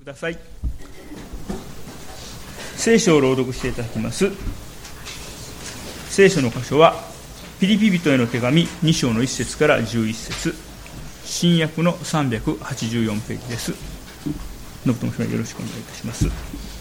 ださい。聖書を朗読していただきます。聖書の箇所はピリピ人への手紙2章の1節から11節、新約の384ページです。信友さん、よろしくお願いいたします。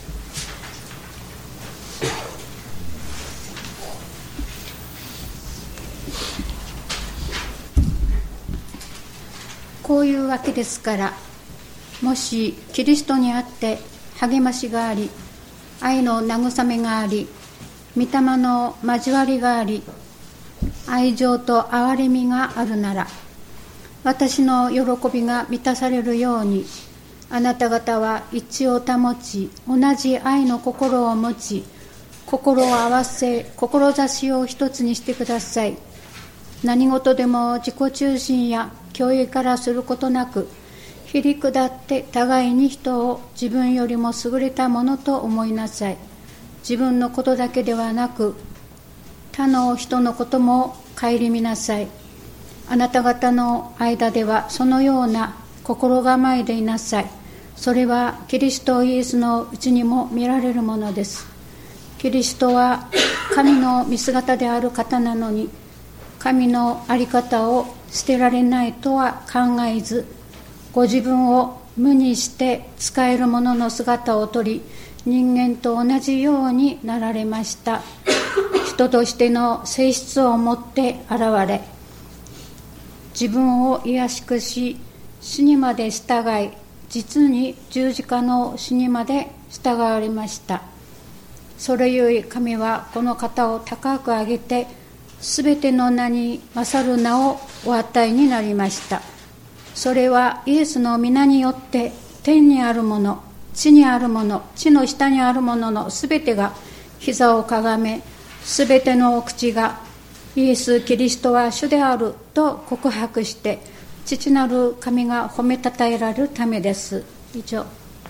こういうわけですから、もしキリストにあって励ましがあり、愛の慰めがあり、御霊の交わりがあり、愛情と憐れみがあるなら、私の喜びが満たされるように、あなた方は一致を保ち、同じ愛の心を持ち、心を合わせ、志を一つにしてください。何事でも自己中心や脅威からすることなく、へりくだって互いに人を自分よりも優れたものと思いなさい。自分のことだけではなく、他の人のことも顧みなさい。あなた方の間ではそのような心構えでいなさい。それはキリストイエスのうちにも見られるものです。キリストは神の見姿である方なのに、神の在り方を捨てられないとは考えず、ご自分を無にして使える者の姿をとり、人間と同じようになられました。人としての性質を持って現れ、自分を卑しくし、死にまで従い、実に十字架の死にまで従われました。それゆえ神はこの方を高く上げて、すべての名に勝る名をお与えになりました。それはイエスの皆によって、天にあるもの、地にあるもの、地の下にあるもののすべてが膝をかがめ、すべての口がイエス・キリストは主であると告白して、父なる神が褒めたたえられるためです。以上。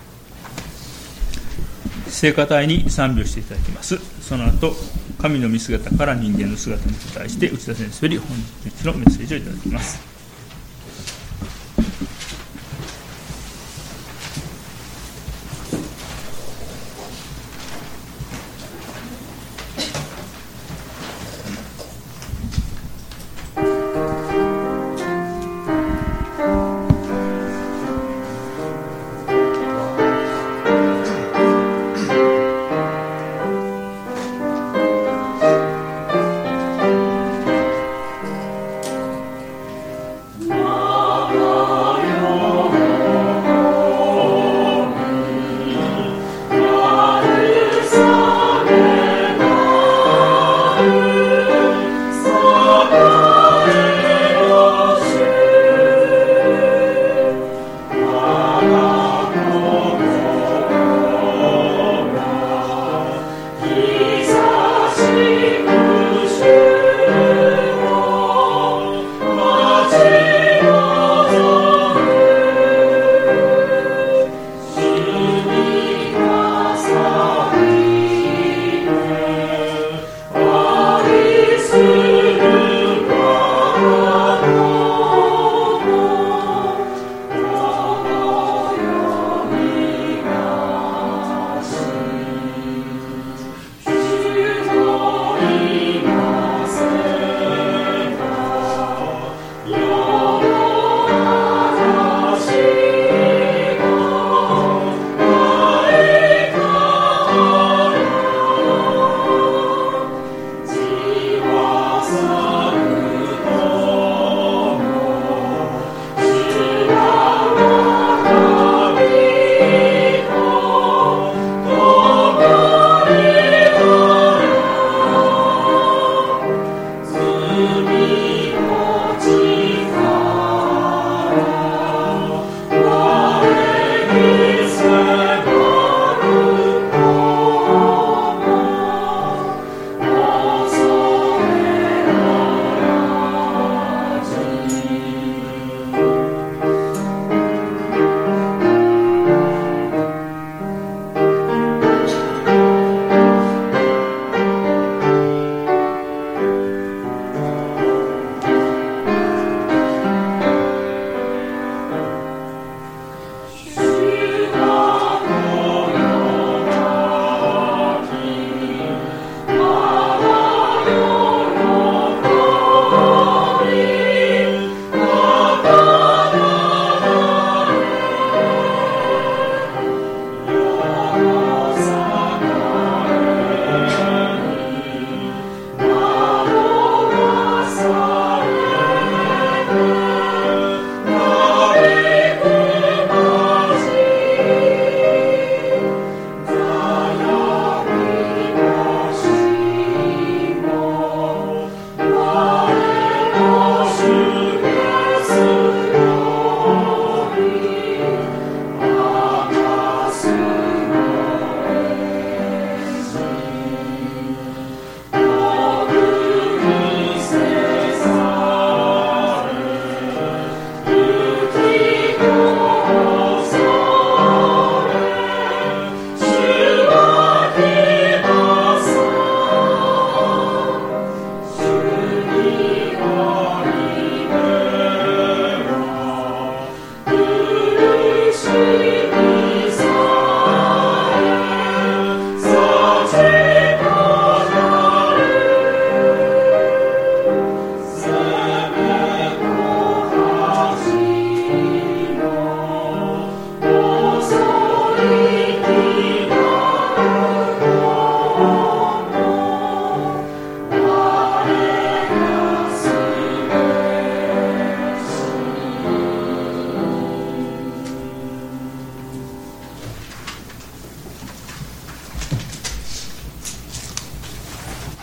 聖歌隊に賛美をしていただきます。その後、神の見姿から人間の姿に対して内田先生より本日のメッセージをいただきます。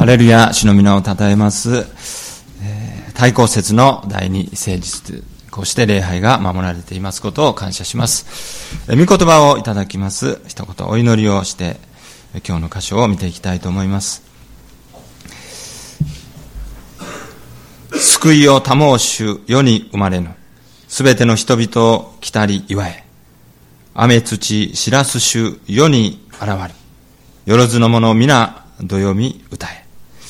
ハレルヤ、主の皆をたたえます。対抗節の第2聖日、こうして礼拝が守られていますことを感謝します。御言葉をいただきます。一言お祈りをして、今日の箇所を見ていきたいと思います。救いを賜う主、世に生まれぬ。すべての人々を来たり祝え。雨土知らす主、世に現る。よろずの者皆、どよみ歌え。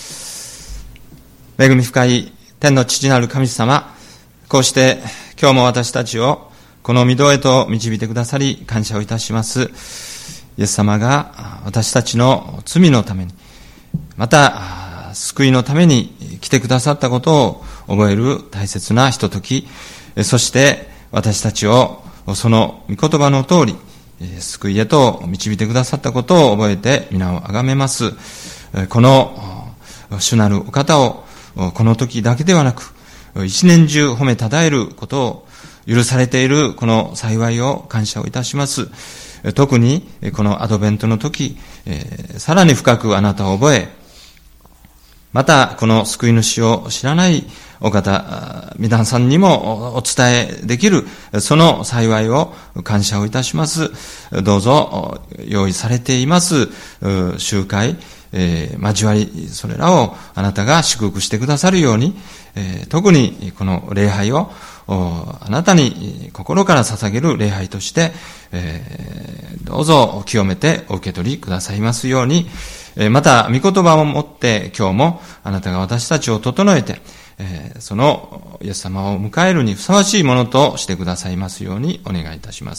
恵み深い天の父なる神様、こうして今日も私たちをこの御堂へと導いてくださり感謝をいたします。イエス様が私たちの罪のために、また救いのために来てくださったことを覚える大切なひととき、そして私たちをその御言葉の通り救いへと導いてくださったことを覚えて皆をあがめます。この主なるお方をこの時だけではなく一年中褒めたたえることを許されているこの幸いを感謝をいたします。特にこのアドベントの時、さらに深くあなたを覚え、またこの救い主を知らないお方、皆さんにもお伝えできるその幸いを感謝をいたします。どうぞ用意されています集会、交わり、それらをあなたが祝福してくださるように、特にこの礼拝をあなたに心から捧げる礼拝として、どうぞ清めてお受け取りくださいますように、また御言葉をもって今日もあなたが私たちを整えて、そのイエス様を迎えるにふさわしいものとしてくださいますようにお願いいたします。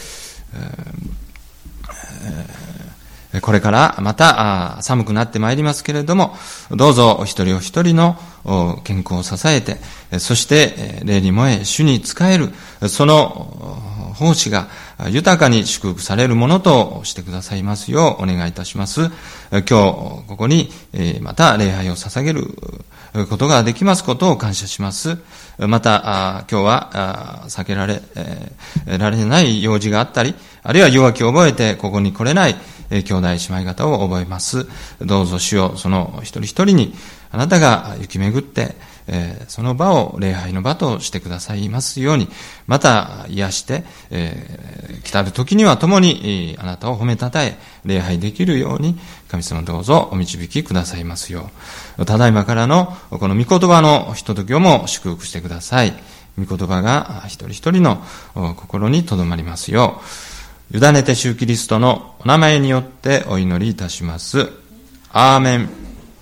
これからまた寒くなってまいりますけれども、どうぞお一人お一人の健康を支えて、そして霊に燃え主に仕えるその奉仕が豊かに祝福されるものとしてくださいますようお願いいたします。今日ここにまた礼拝を捧げることができますことを感謝します。また今日は避けられない用事があったり、あるいは弱気を覚えてここに来れない兄弟姉妹方を覚えます。どうぞ主よ、その一人一人にあなたが行き巡って、その場を礼拝の場としてくださいますように、また癒して、来たる時には共にあなたを褒めたたえ礼拝できるように神様どうぞお導きくださいますよう。ただいまからのこの御言葉のひとときをも祝福してください。御言葉が一人一人の心にとどまりますよう、委ねて主キリストのお名前によってお祈りいたします。アーメン。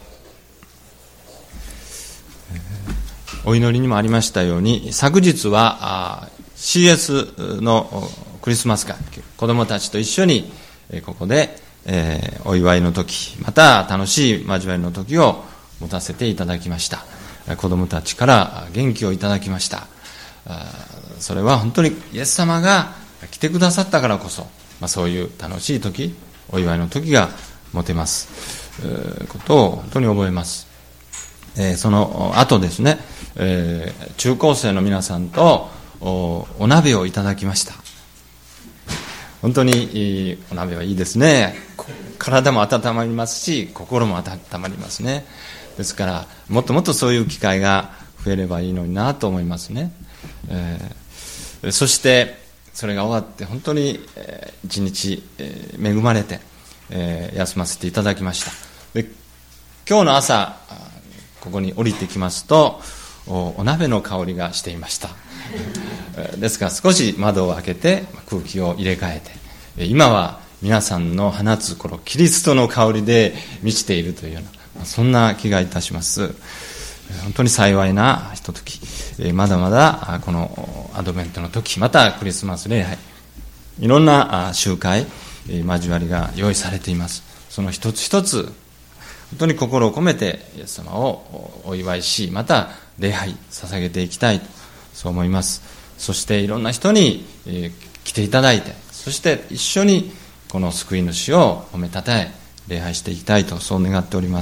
お祈りにもありましたように、昨日はCS のクリスマス会、子供たちと一緒にここでお祝いの時、また楽しい交わりの時を持たせていただきました。子供たちから元気をいただきました。それは本当にイエス様が来てくださったからこそ、そういう楽しい時、お祝いの時が持てますことを本当に覚えます。その後ですね、中高生の皆さんとお鍋をいただきました。本当にお鍋はいいですね。体も温まりますし、心も温まりますね。ですからもっともっとそういう機会が増えればいいのになと思いますね。そしてそれが終わって本当に一日恵まれて休ませていただきました。で、今日の朝ここに降りてきますとお鍋の香りがしていました。ですから少し窓を開けて空気を入れ替えて、今は皆さんの放つこのキリストの香りで満ちているというような、そんな気がいたします。本当に幸いなひととき、まだまだこのアドベントの時、またクリスマス礼拝、いろんな集会、交わりが用意されています。その一つ一つ本当に心を込めてイエス様をお祝いし、また礼拝捧げていきたいと、そう思います。そしていろんな人に来ていただいて、そして一緒にこの救い主を褒めたたえ礼拝していきたいと、そう願っております。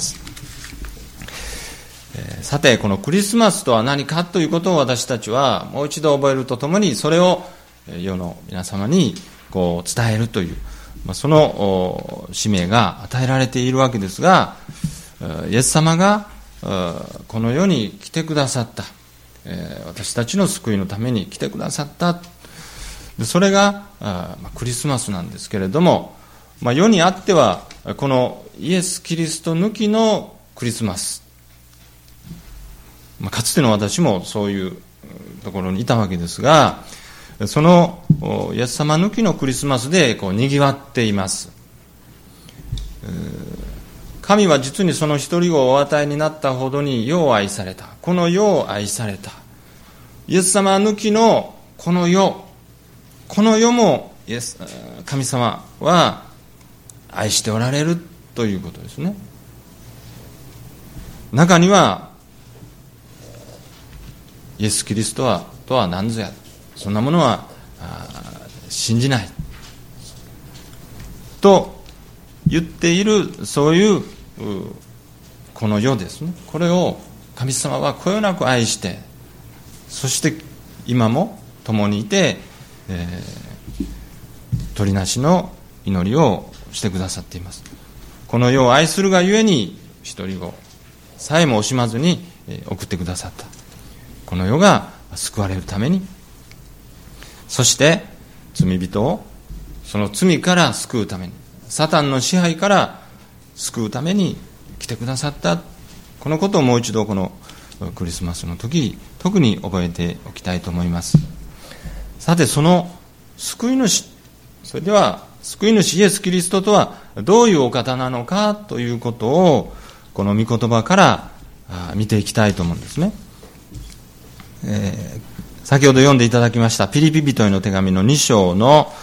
さて、このクリスマスとは何かということを私たちはもう一度覚えるとともに、それを世の皆様にこう伝えるという、その使命が与えられているわけですが、 イエス様がこの世に来てくださった、私たちの救いのために来てくださった。それがクリスマスなんですけれども、世にあってはこのイエス・キリスト抜きのクリスマス、かつての私もそういうところにいたわけですが、そのイエス様抜きのクリスマスで賑わっています。神は実にその一人子をお与えになったほどに世を愛された。この世を愛された。イエス様抜きのこの世も神様は愛しておられるということですね。中にはイエス・キリストとは何ぞや、そんなものは信じないと言っている、そういうこの世ですね。これを神様はこよなく愛して、そして今も共にいて、取りなしの祈りをしてくださっています。この世を愛するがゆえに一人子さえも惜しまずに送ってくださった。この世が救われるために、そして罪人をその罪から救うために、サタンの支配から救うために来てくださった。このことをもう一度このクリスマスの時特に覚えておきたいと思います。さて、その救い主、それでは救い主イエス・キリストとはどういうお方なのかということをこの御言葉から見ていきたいと思うんですね。先ほど読んでいただきましたピリピ人への手紙の2章の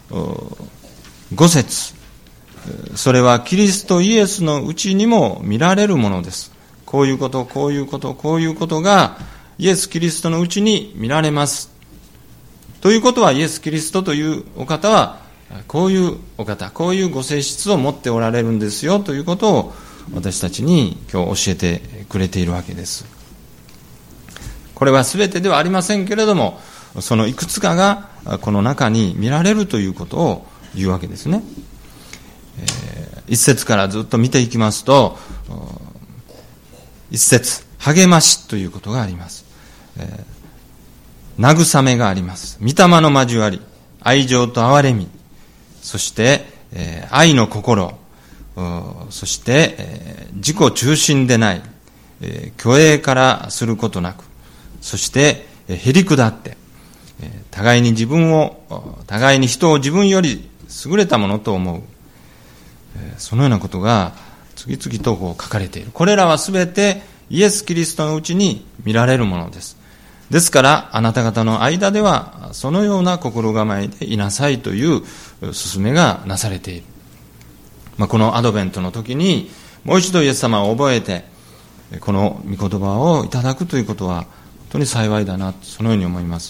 5節、それはキリストイエスのうちにも見られるものです。こういうこと、こういうこと、こういうことがイエス・キリストのうちに見られます。ということは、イエス・キリストというお方はこういうお方、こういうご性質を持っておられるんですよということを私たちに今日教えてくれているわけです。これは全てではありませんけれども、そのいくつかがこの中に見られるということを言うわけですね。一節からずっと見ていきますと、一節、励ましということがあります。慰めがあります。御霊の交わり、愛情と憐れみ、そして、愛の心、そして、自己中心でない、虚栄からすることなく、そしてへり下って、互いに人を自分より優れたものと思う、そのようなことが次々と書かれている。これらはすべてイエス・キリストのうちに見られるものです。ですからあなた方の間ではそのような心構えでいなさいという勧めがなされている。このアドベントの時にもう一度イエス様を覚えてこの御言葉をいただくということは本当に幸いだな、そのように思います。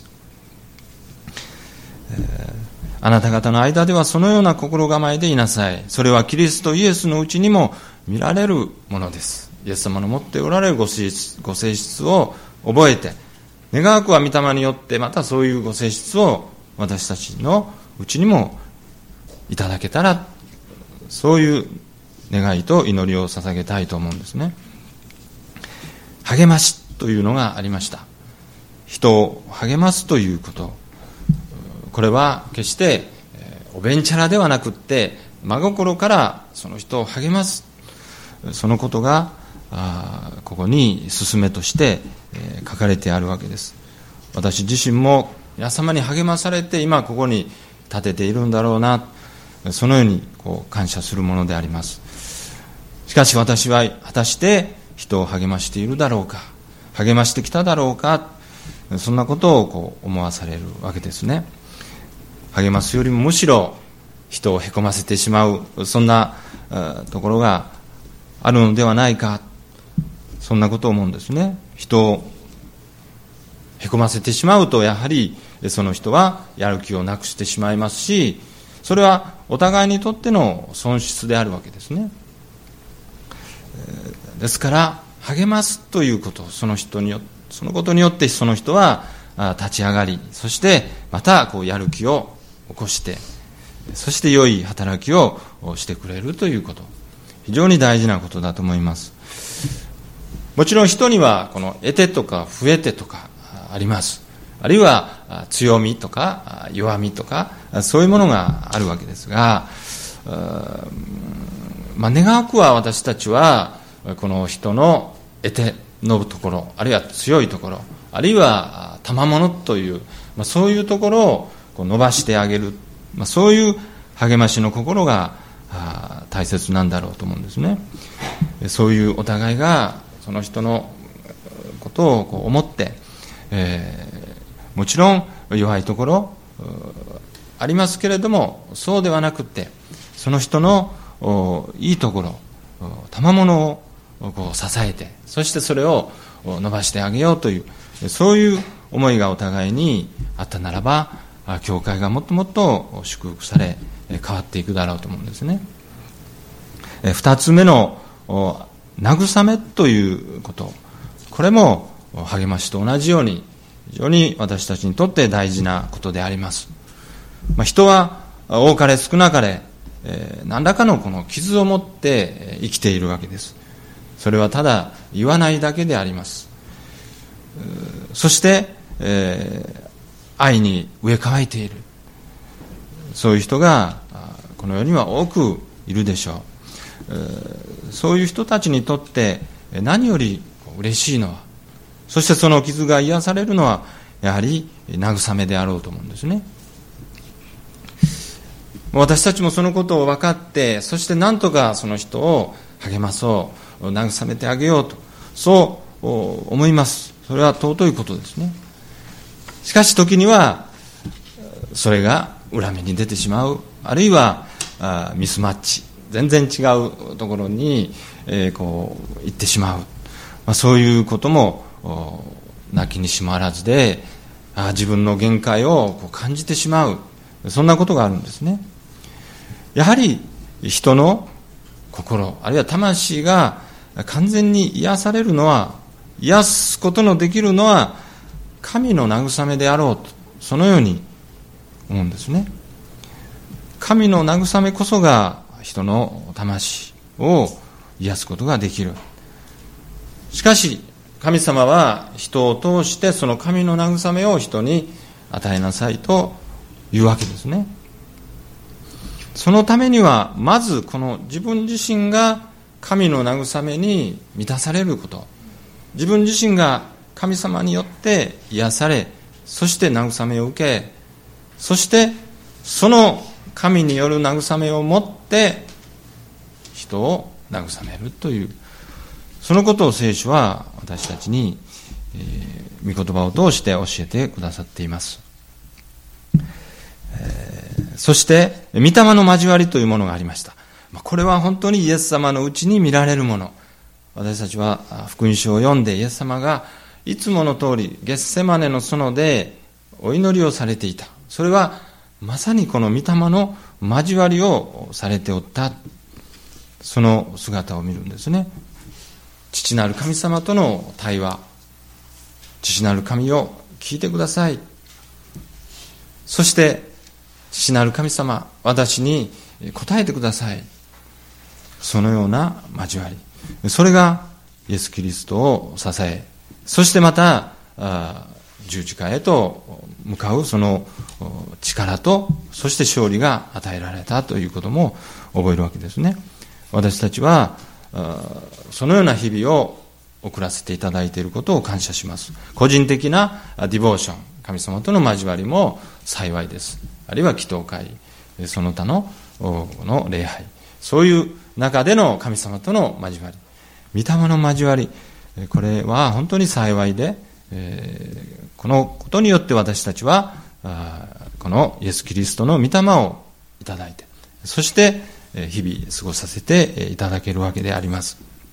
あなた方の間ではそのような心構えでいなさい。それはキリストイエスのうちにも見られるものです。イエス様の持っておられるご性質を覚えて、願わくは御霊によってまたそういうご性質を私たちのうちにもいただけたら、そういう願いと祈りを捧げたいと思うんですね。励ましというのがありました。人を励ますということ、これは決しておべんちゃらではなくって、真心からその人を励ます、そのことがここに勧めとして書かれてあるわけです。私自身も皆様に励まされて今ここに立てているんだろうな、そのように感謝するものであります。しかし私は果たして人を励ましているだろうか、励ましてきただろうか、そんなことを思わされるわけですね。励ますよりもむしろ人をへこませてしまう、そんなところがあるのではないか、そんなことを思うんですね。人をへこませてしまうと、やはりその人はやる気をなくしてしまいますし、それはお互いにとっての損失であるわけですね。ですから励ますということ、そのことによってその人は立ち上がり、そしてまたやる気を起こして、そして良い働きをしてくれるということ、非非常に大事なことだと思います。もちろん人にはこの得てとか増えてとかあります。あるいは強みとか弱みとかそういうものがあるわけですが、願わくは私たちはこの人の得てのところ、あるいは強いところ、あるいは賜物という、そういうところを伸ばしてあげる、そういう励ましの心が大切なんだろうと思うんですね。そういうお互いがその人のことを思って、もちろん弱いところありますけれども、そうではなくてその人のいいところ、賜物を支えて、そしてそれを伸ばしてあげようという、そういう思いがお互いにあったならば、教会がもっともっと祝福され変わっていくだろうと思うんですね。二つ目の慰めということ、これも励ましと同じように非常に私たちにとって大事なことであります。人は多かれ少なかれ何らかのこの傷を持って生きているわけです。それはただ言わないだけであります。そして、愛に植え替えている、そういう人がこの世には多くいるでしょう。そういう人たちにとって何より嬉しいのは、そしてその傷が癒されるのはやはり慰めであろうと思うんですね。私たちもそのことを分かって、そして何とかその人を励まそう、慰めてあげようと、そう思います。それは尊いことですね。しかし時にはそれが裏目に出てしまう、あるいはミスマッチ、全然違うところに行ってしまう、そういうこともなきにしもあらずで、自分の限界を感じてしまう、そんなことがあるんですね。やはり人の心、あるいは魂が完全に癒されるのは、癒すことのできるのは神の慰めであろうと、そのように思うんですね。神の慰めこそが人の魂を癒すことができる。しかし神様は人を通してその神の慰めを人に与えなさいというわけですね。そのためにはまずこの自分自身が神の慰めに満たされること、自分自身が神様によって癒され、そして慰めを受け、そしてその神による慰めをもって人を慰めるという、そのことを聖書は私たちに、御言葉を通して教えてくださっています。そして御霊の交わりというものがありました。これは本当にイエス様のうちに見られるもの。私たちは福音書を読んで、イエス様がいつもの通りゲッセマネの園でお祈りをされていた。それはまさにこの御霊の交わりをされておった、その姿を見るんですね。父なる神様との対話、父なる神を聞いてください。そして父なる神様、私に答えてください。そのような交わり、それがイエス・キリストを支え、そしてまた十字架へと向かうその力と、そして勝利が与えられたということも覚えるわけですね。私たちはそのような日々を送らせていただいていることを感謝します。個人的なディボーション、神様との交わりも幸いです。あるいは祈祷会、その他の礼拝、そういう中での神様との交わり、御霊の交わり、これは本当に幸いで、このことによって私たちはこのイエス・キリストの御霊をいただいて、そして日々過ごさせていただけるわけであります。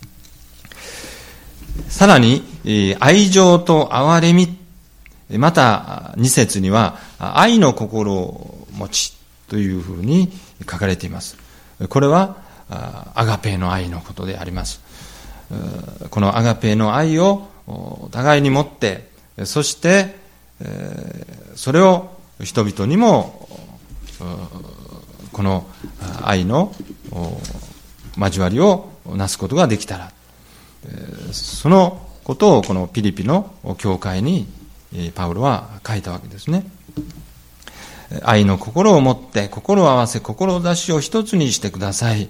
さらに愛情と憐れみ、また2節には愛の心を持ちというふうに書かれています。これはアガペーの愛のことであります。このアガペーの愛をお互いに持って、そしてそれを人々にもこの愛の交わりをなすことができたら、そのことをこのピリピの教会にパウロは書いたわけですね。愛の心を持って心を合わせ志を一つにしてください。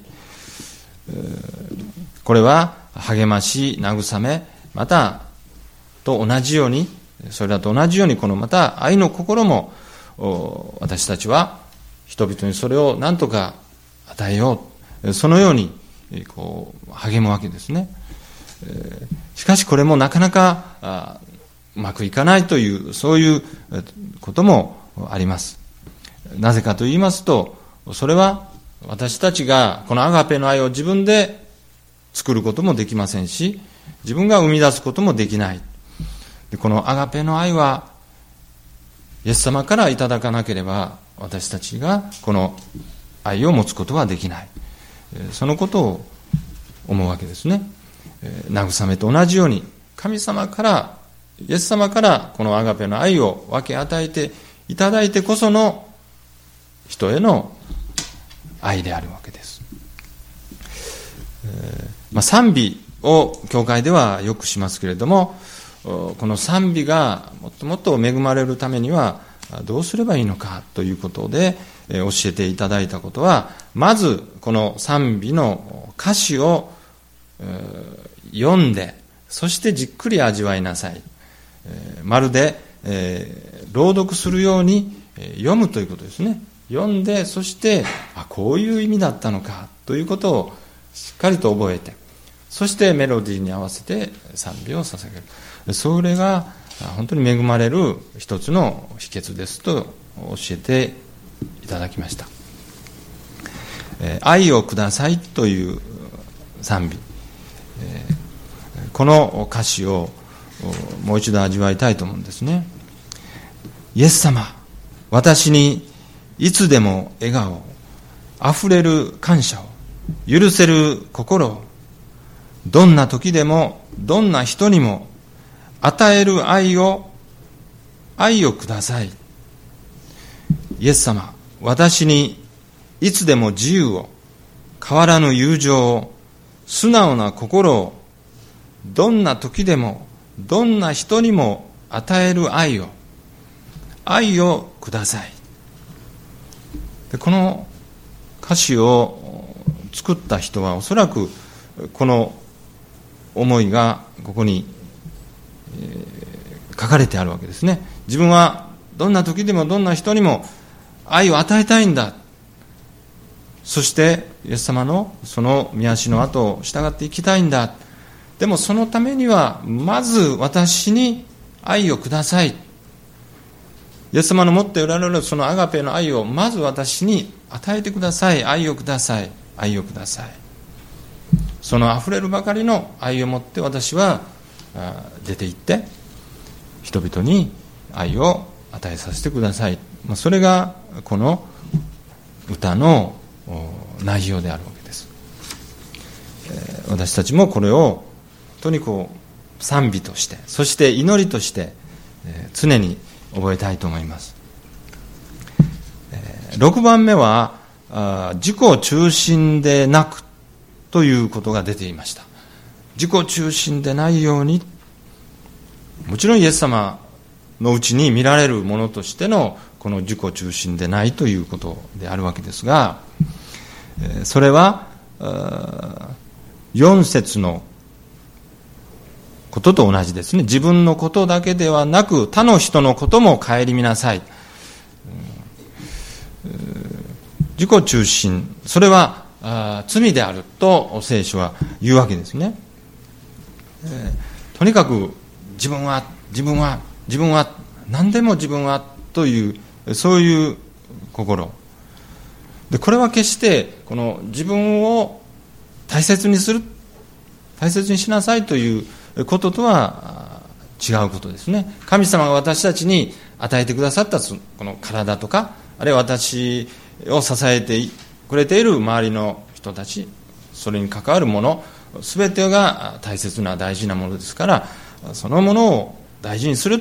これは励まし慰めまたと同じように、それらと同じようにこのまた愛の心も私たちは人々にそれを何とか与えよう、そのようにこう励むわけですね。しかしこれもなかなかうまくいかないというそういうこともあります。なぜかと言いますと、それは私たちがこのアガペの愛を自分で作ることもできませんし、自分が生み出すこともできない。でこのアガペの愛はイエス様からいただかなければ私たちがこの愛を持つことはできない。そのことを思うわけですね。慰めと同じように神様からイエス様からこのアガペの愛を分け与えていただいてこその人への愛であるわけです。賛美を教会ではよくしますけれども、この賛美がもっともっと恵まれるためにはどうすればいいのかということで教えていただいたことは、まずこの賛美の歌詞を読んで、そしてじっくり味わいなさい。まるで朗読するように読むということですね。読んで、そしてこういう意味だったのかということをしっかりと覚えて、そしてメロディーに合わせて賛美を捧げる。それが本当に恵まれる一つの秘訣ですと教えていただきました。愛をくださいという賛美、この歌詞をもう一度味わいたいと思うんですね。イエス様、私にいつでも笑顔、あふれる感謝を、許せる心を、どんな時でもどんな人にも与える愛をください。イエス様、私にいつでも自由を、変わらぬ友情を、素直な心を、どんな時でもどんな人にも与える愛をください。でこの歌詞を作った人はおそらくこの思いがここに書かれてあるわけですね。自分はどんな時でもどんな人にも愛を与えたいんだ。そしてイエス様のその御足の後を従っていきたいんだ。でもそのためにはまず私に愛をください。イエス様の持っておられるそのアガペの愛をまず私に与えてください。愛をください。愛をください。そのあふれるばかりの愛を持って私は出て行って人々に愛を与えさせてください。それがこの歌の内容であるわけです。私たちもこれを本当に賛美として、そして祈りとして常に覚えたいと思います。6番目は自己中心でなくということが出ていました。自己中心でないように、もちろんイエス様のうちに見られるものとしてのこの自己中心でないということであるわけですが、それは4節のことと同じですね。自分のことだけではなく他の人のことも顧みなさい。自己中心、それは罪であると聖書は言うわけですね。とにかく自分は何でも自分はというそういう心で、これは決してこの自分を大切にしなさいということとは違うことですね。神様が私たちに与えてくださったこの体とか、あるいは私を支えてくれている周りの人たち、それに関わるもの全てが大切な大事なものですから、そのものを大事にする、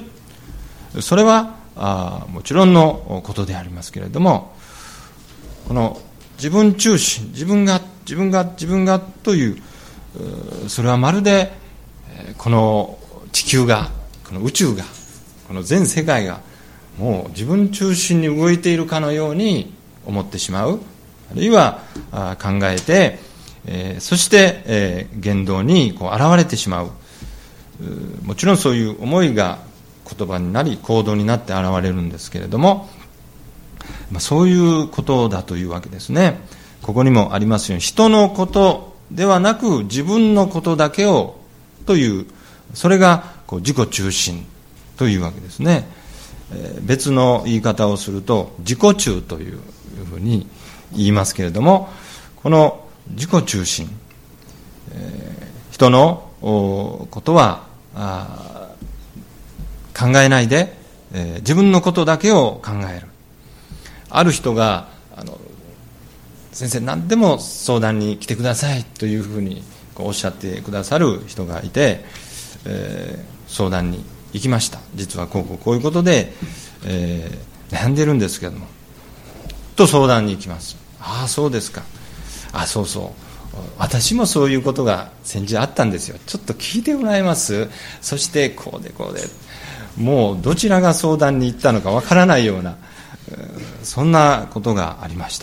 それはもちろんのことでありますけれども、この自分中心、自分がという、それはまるでこの地球が、この宇宙が、この全世界がもう自分中心に動いているかのように思ってしまう、あるいは考えて、そして言動に現れてしまう。もちろんそういう思いが言葉になり行動になって現れるんですけれども、そういうことだというわけですね。ここにもありますように、人のことではなく自分のことだけをという、それが自己中心というわけですね。別の言い方をすると自己中というふうに言いますけれども、この自己中心、人のことは考えないで、自分のことだけを考える。ある人が先生何でも相談に来てくださいというふうにおっしゃってくださる人がいて、相談に行きました。実はこういうことで、悩んでるんですけどもと相談に行きます。ああそうですか。そう私もそういうことが先日あったんですよ。ちょっと聞いてもらえます？そしてこうでもうどちらが相談に行ったのかわからないような、そんなことがありました、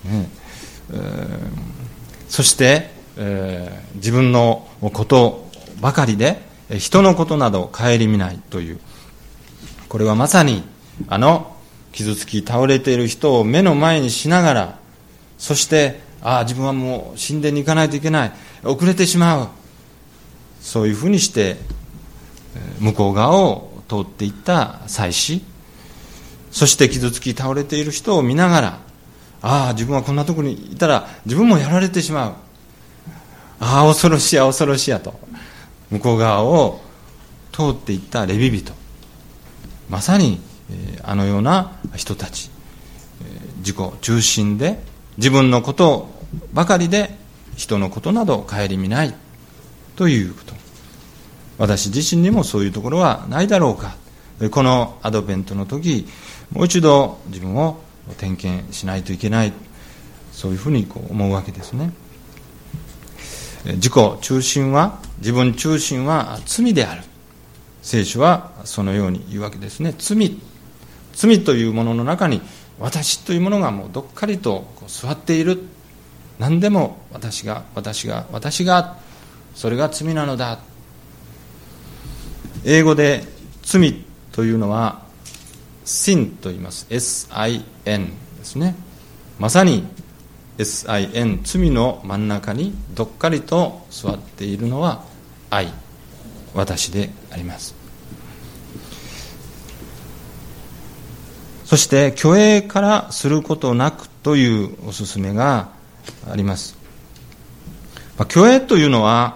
そして、自分のことばかりで人のことなど顧みないという、これはまさに傷つき倒れている人を目の前にしながら、そして自分はもう神殿に行かないといけない、遅れてしまう、そういうふうにして向こう側を通っていった祭司、そして傷つき倒れている人を見ながら、自分はこんなところにいたら自分もやられてしまう、恐ろしやと向こう側を通っていったレビ人、まさにあのような人たち、自己中心で自分のことばかりで人のことなど顧みないということ、私自身にもそういうところはないだろうか。このアドベントの時、もう一度自分を点検しないといけない、そういうふうに思うわけですね。自己中心は、自分中心は罪である。聖書はそのように言うわけですね。罪というものの中に私というものがもうどっかりと座っている。何でも私が、それが罪なのだ。英語で罪というのはsin と言います。sin ですね。まさに sin、罪の真ん中にどっかりと座っているのは私であります。そして虚栄からすることなくというお勧めがあります。虚栄というのは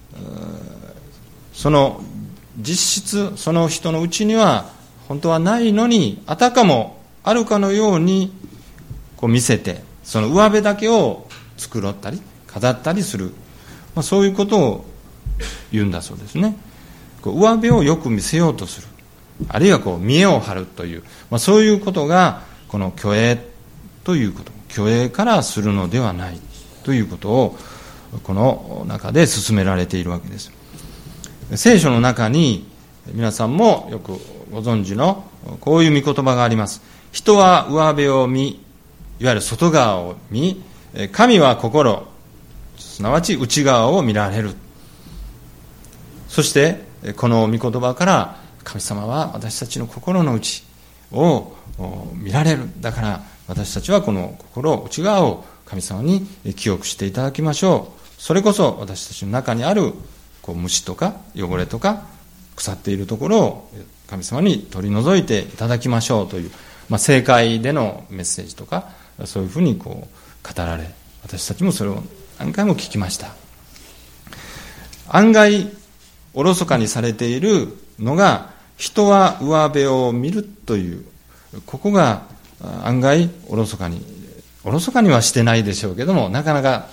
その実質その人のうちには本当はないのに、あたかもあるかのように見せて、その上辺だけを繕ったり飾ったりする、そういうことを言うんだそうですね。上辺をよく見せようとする、あるいは見栄を張るという、そういうことがこの虚栄ということ、虚栄からするのではないということをこの中で進められているわけです。聖書の中に皆さんもよくご存知のこういう御言葉があります。人は上辺を見、いわゆる外側を見、神は心、すなわち内側を見られる。そしてこの御言葉から神様は私たちの心の内を見られる。だから私たちはこの心、内側を神様に記憶していただきましょう。それこそ私たちの中にある虫とか汚れとか腐っているところを神様に取り除いていただきましょうという、正解でのメッセージとか、そういうふうに語られ、私たちもそれを何回も聞きました。案外おろそかにされているのが、人は上辺を見るという、ここが案外おろそかにはしてないでしょうけども、なかなか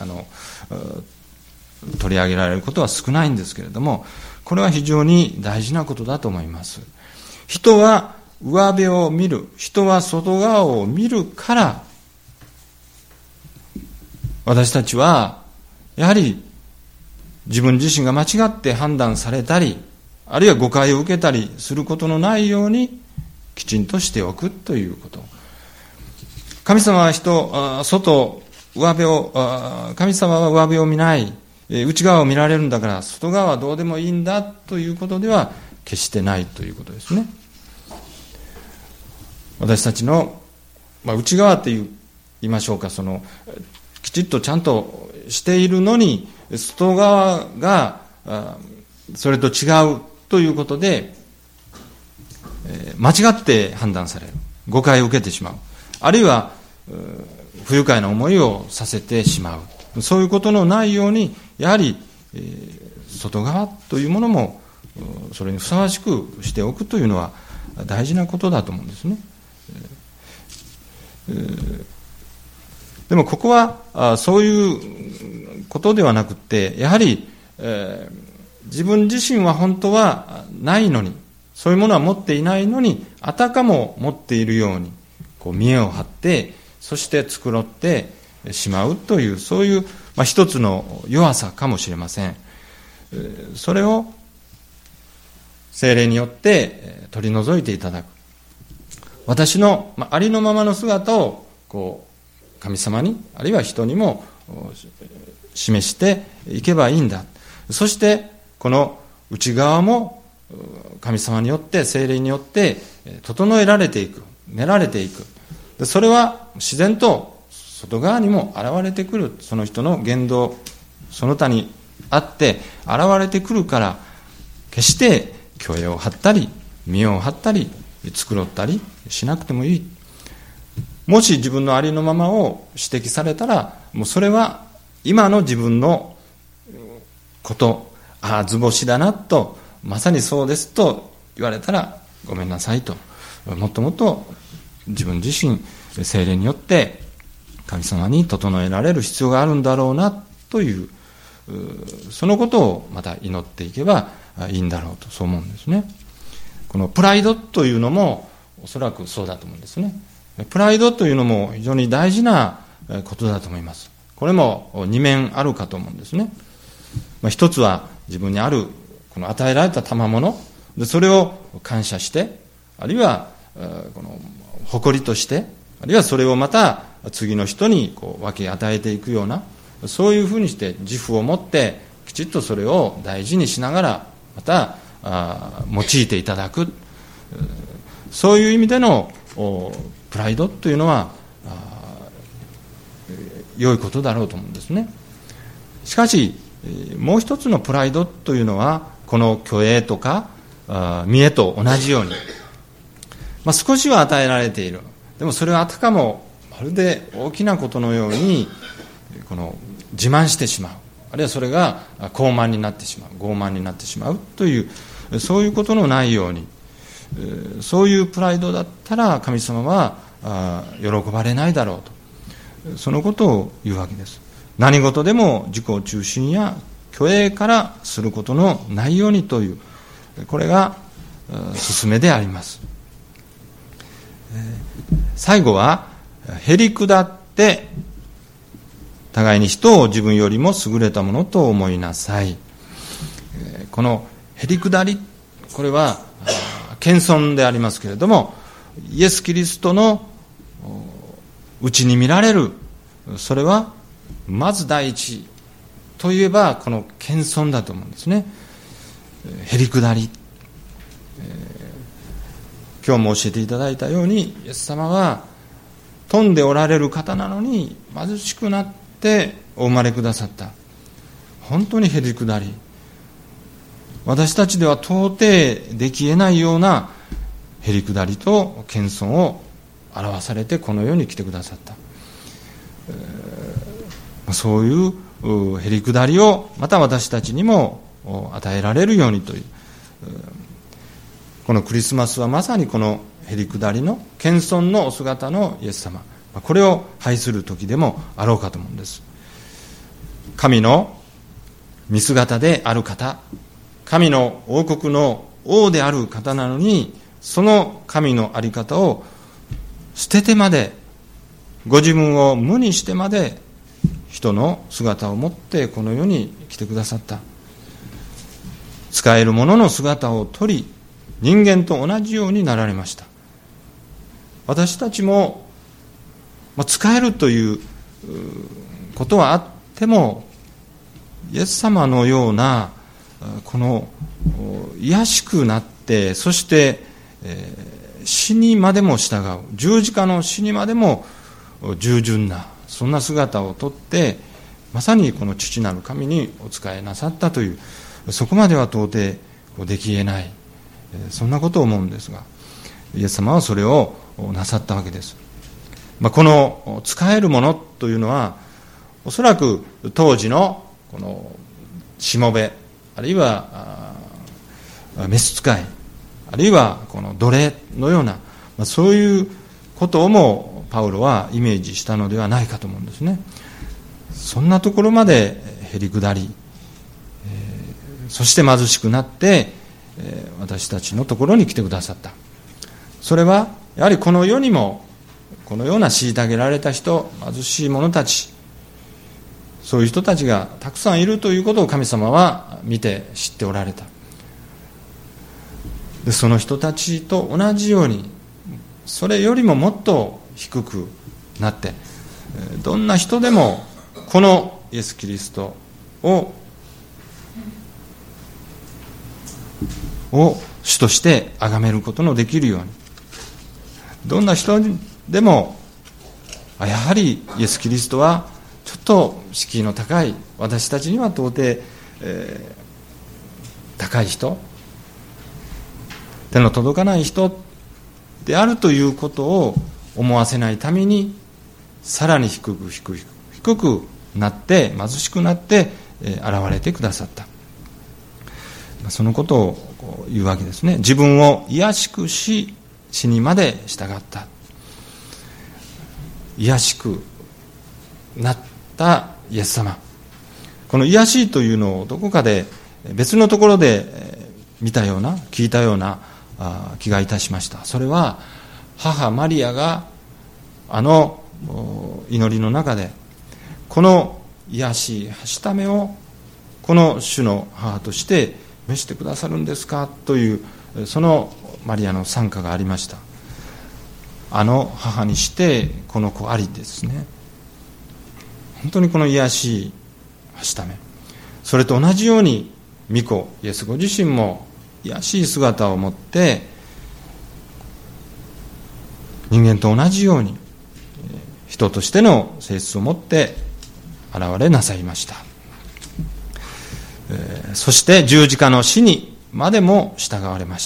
取り上げられることは少ないんですけれども、これは非常に大事なことだと思います。人は上辺を見る、人は外側を見るから、 私たちはやはり自分自身が間違って判断されたり、あるいは誤解を受けたりすることのないようにきちんとしておくということ。神様は神様は上辺を見ない、内側を見られるんだから外側はどうでもいいんだということでは決してないということですね。私たちの、内側って言いましょうか、きちっとちゃんとしているのに外側がそれと違うということで、間違って判断される、誤解を受けてしまう、あるいは不愉快な思いをさせてしまう、そういうことのないようにやはり外側というものもそれにふさわしくしておくというのは大事なことだと思うんですね。でもここはそういうことではなくて、やはり自分自身は本当はないのに、そういうものは持っていないのに、あたかも持っているように見栄を張って、そして繕ってしまうという、そういう一つの弱さかもしれません。それを聖霊によって取り除いていただく。私のありのままの姿を神様に、あるいは人にも示していけばいいんだ。そしてこの内側も神様によって、聖霊によって整えられていく、練られていく。それは自然と外側にも現れてくる。その人の言動、その他にあって現れてくるから、決して虚栄を張ったり見栄を張ったり繕ったりしなくてもいい。もし自分のありのままを指摘されたら、もうそれは今の自分のこと、図星だなと、まさにそうですと言われたらごめんなさいと、もっともっと自分自身聖霊によって神様に整えられる必要があるんだろうなという、そのことをまた祈っていけばいいんだろうと、そう思うんですね。このプライドというのもおそらくそうだと思うんですね。プライドというのも非常に大事なことだと思います。これも二面あるかと思うんですね。一つは自分にあるこの与えられた賜物で、それを感謝して、あるいはこの誇りとして、あるいはそれをまた次の人に分け与えていくような、そういうふうにして自負を持ってきちっとそれを大事にしながらまた用いていただく、そういう意味でのプライドというのは良いことだろうと思うんですね。しかしもう一つのプライドというのは、この虚栄とか見栄と同じように、少しは与えられている。でもそれはあたかもまるで大きなことのように自慢してしまう、あるいはそれが高慢になってしまう、傲慢になってしまうという、そういうことのないように、そういうプライドだったら神様は喜ばれないだろうと、そのことを言うわけです。何事でも自己中心や虚栄からすることのないようにという、これが勧めであります。最後は、へりくだって互いに人を自分よりも優れたものと思いなさい。このへりくだり、これは謙遜でありますけれども、イエス・キリストの内に見られる、それはまず第一といえばこの謙遜だと思うんですね。へりくだり、今日も教えていただいたように、イエス様は富んでおられる方なのに貧しくなってお生まれくださった。本当にへりくだり、私たちでは到底でき得ないようなへりくだりと謙遜を表されてこの世に来てくださった。そういうへりくだりをまた私たちにも与えられるようにという、このクリスマスはまさにこのへりくだりの謙遜のお姿のイエス様、これを拝する時でもあろうかと思うんです。神の見姿である方、神の王国の王である方なのに、その神の在り方を捨ててまで、ご自分を無にしてまで人の姿を持ってこの世に来てくださった。使えるものの姿をとり、人間と同じようになられました。私たちも、使えるということはあっても、イエス様のようなこの卑しくなって、そして死にまでも従う、十字架の死にまでも従順な、そんな姿をとって、まさにこの父なる神にお仕えなさったという、そこまでは到底できえない、そんなことを思うんですが、イエス様はそれをなさったわけです。この使えるものというのは、おそらく当時のこのしもべ、あるいは召使い、あるいはこの奴隷のような、そういうことをもパウロはイメージしたのではないかと思うんですね。そんなところまでへりくだり、そして貧しくなって私たちのところに来てくださった。それはやはりこの世にもこのような虐げられた人、貧しい者たち、そういう人たちがたくさんいるということを神様は見て知っておられた。でその人たちと同じように、それよりももっと低くなって、どんな人でもこのイエス・キリストを主として崇めることのできるように、どんな人でもやはりイエス・キリストはちょっと敷居の高い、私たちには到底、高い人、手の届かない人であるということを思わせないために、さらに低くなって、貧しくなって現れてくださった。そのことを言うわけですね。自分を卑しくし、死にまで従った。卑しくなったイエス様。この卑しいというのをどこかで別のところで見たような、聞いたような気がいたしました。それは母マリアがあの祈りの中で、この卑しいはしためをこの主の母として召してくださるんですかという、そのマリアの賛歌がありました。あの母にしてこの子ありですね。本当にこの卑しいはしため、それと同じように御子イエスご自身も卑しい姿を持って人間と同じように人としての性質を持って現れなさいました。そして十字架の死にまでも従われました。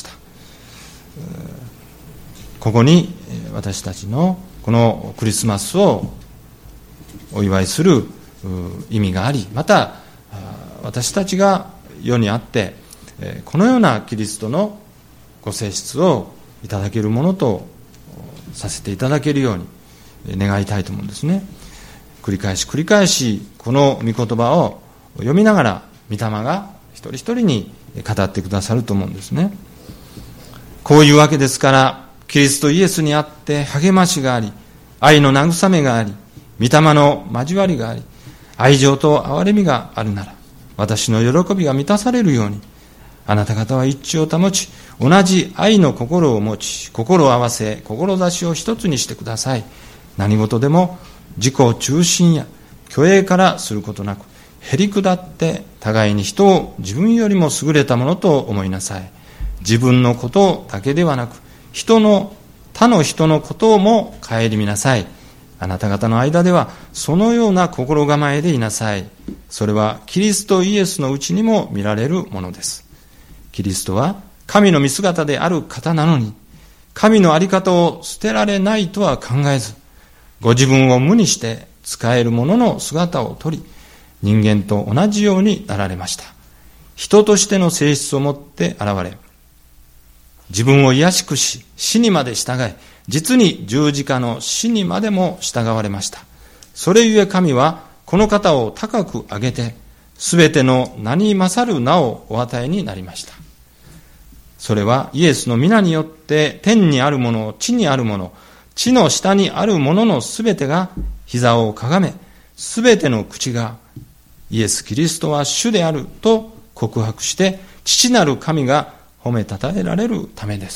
ここに私たちのこのクリスマスをお祝いする意味があり、また私たちが世にあってこのようなキリストのご性質をいただけるものとさせていただけるように願いたいと思うんですね。繰り返しこの御言葉を読みながら御霊が一人一人に語ってくださると思うんですね。こういうわけですから、キリストイエスにあって励ましがあり、愛の慰めがあり、御霊の交わりがあり、愛情と憐れみがあるなら、私の喜びが満たされるように、あなた方は一致を保ち、同じ愛の心を持ち、心を合わせ、志を一つにしてください。何事でも自己中心や虚栄からすることなく、へりくだって互いに人を自分よりも優れたものと思いなさい。自分のことだけではなく、他の人のことも顧みなさい。あなた方の間ではそのような心構えでいなさい。それはキリストイエスのうちにも見られるものです。キリストは神の見姿である方なのに、神の在り方を捨てられないとは考えず、ご自分を無にして使えるものの姿をとり、人間と同じようになられました。人としての性質を持って現れ、自分を卑しくし、死にまで従い、実に十字架の死にまでも従われました。それゆえ神はこの方を高く上げて、すべての名に勝る名をお与えになりました。それはイエスの皆によって天にあるもの、地にあるもの、地の下にあるもののすべてが膝をかがめ、 すべての口がイエス・キリストは主であると告白して、父なる神が褒めたたえられるためです。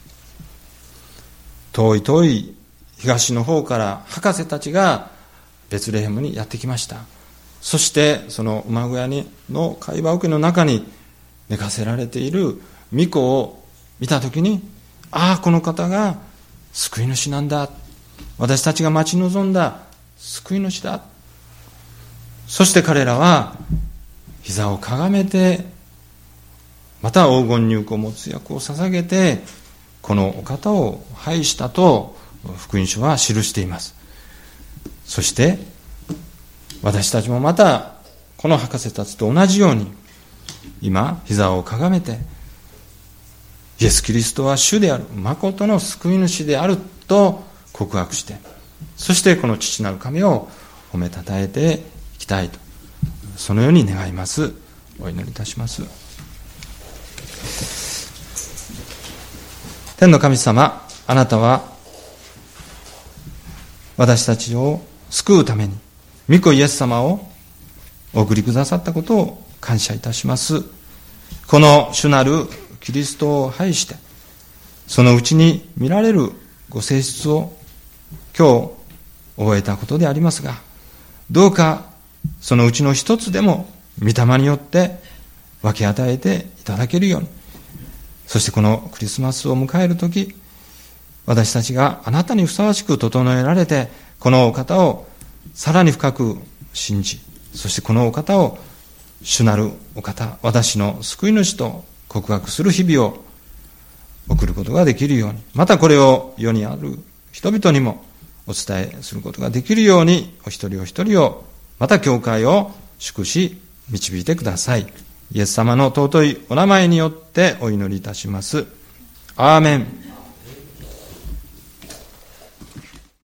遠い遠い東の方から博士たちがベツレヘムにやってきました。そしてその馬小屋の貝羽桶の中に寝かせられている御子を見たときに、ああ、この方が救い主なんだ、私たちが待ち望んだ救い主だ。そして彼らは膝をかがめて、また黄金乳香もつ薬を捧げて、このお方を拝したと福音書は記しています。そして私たちもまたこの博士たちと同じように、今膝をかがめて、イエス・キリストは主である、誠の救い主であると告白して、そしてこの父なる神を褒めたたえていきたいと、そのように願います。お祈りいたします。天の神様、あなたは私たちを救うために御子イエス様をお送りくださったことを感謝いたします。この主なるキリストを拝して、そのうちに見られるご性質を今日覚えたことでありますが、どうかそのうちの一つでも御霊によって分け与えていただけるように、そしてこのクリスマスを迎えるとき、私たちがあなたにふさわしく整えられて、このお方をさらに深く信じ、そしてこのお方を主なるお方、私の救い主と告白する日々を送ることができるように、またこれを世にある人々にもお伝えすることができるように、お一人お一人を、また教会を祝し導いてください。イエス様の尊いお名前によってお祈りいたします。アーメン。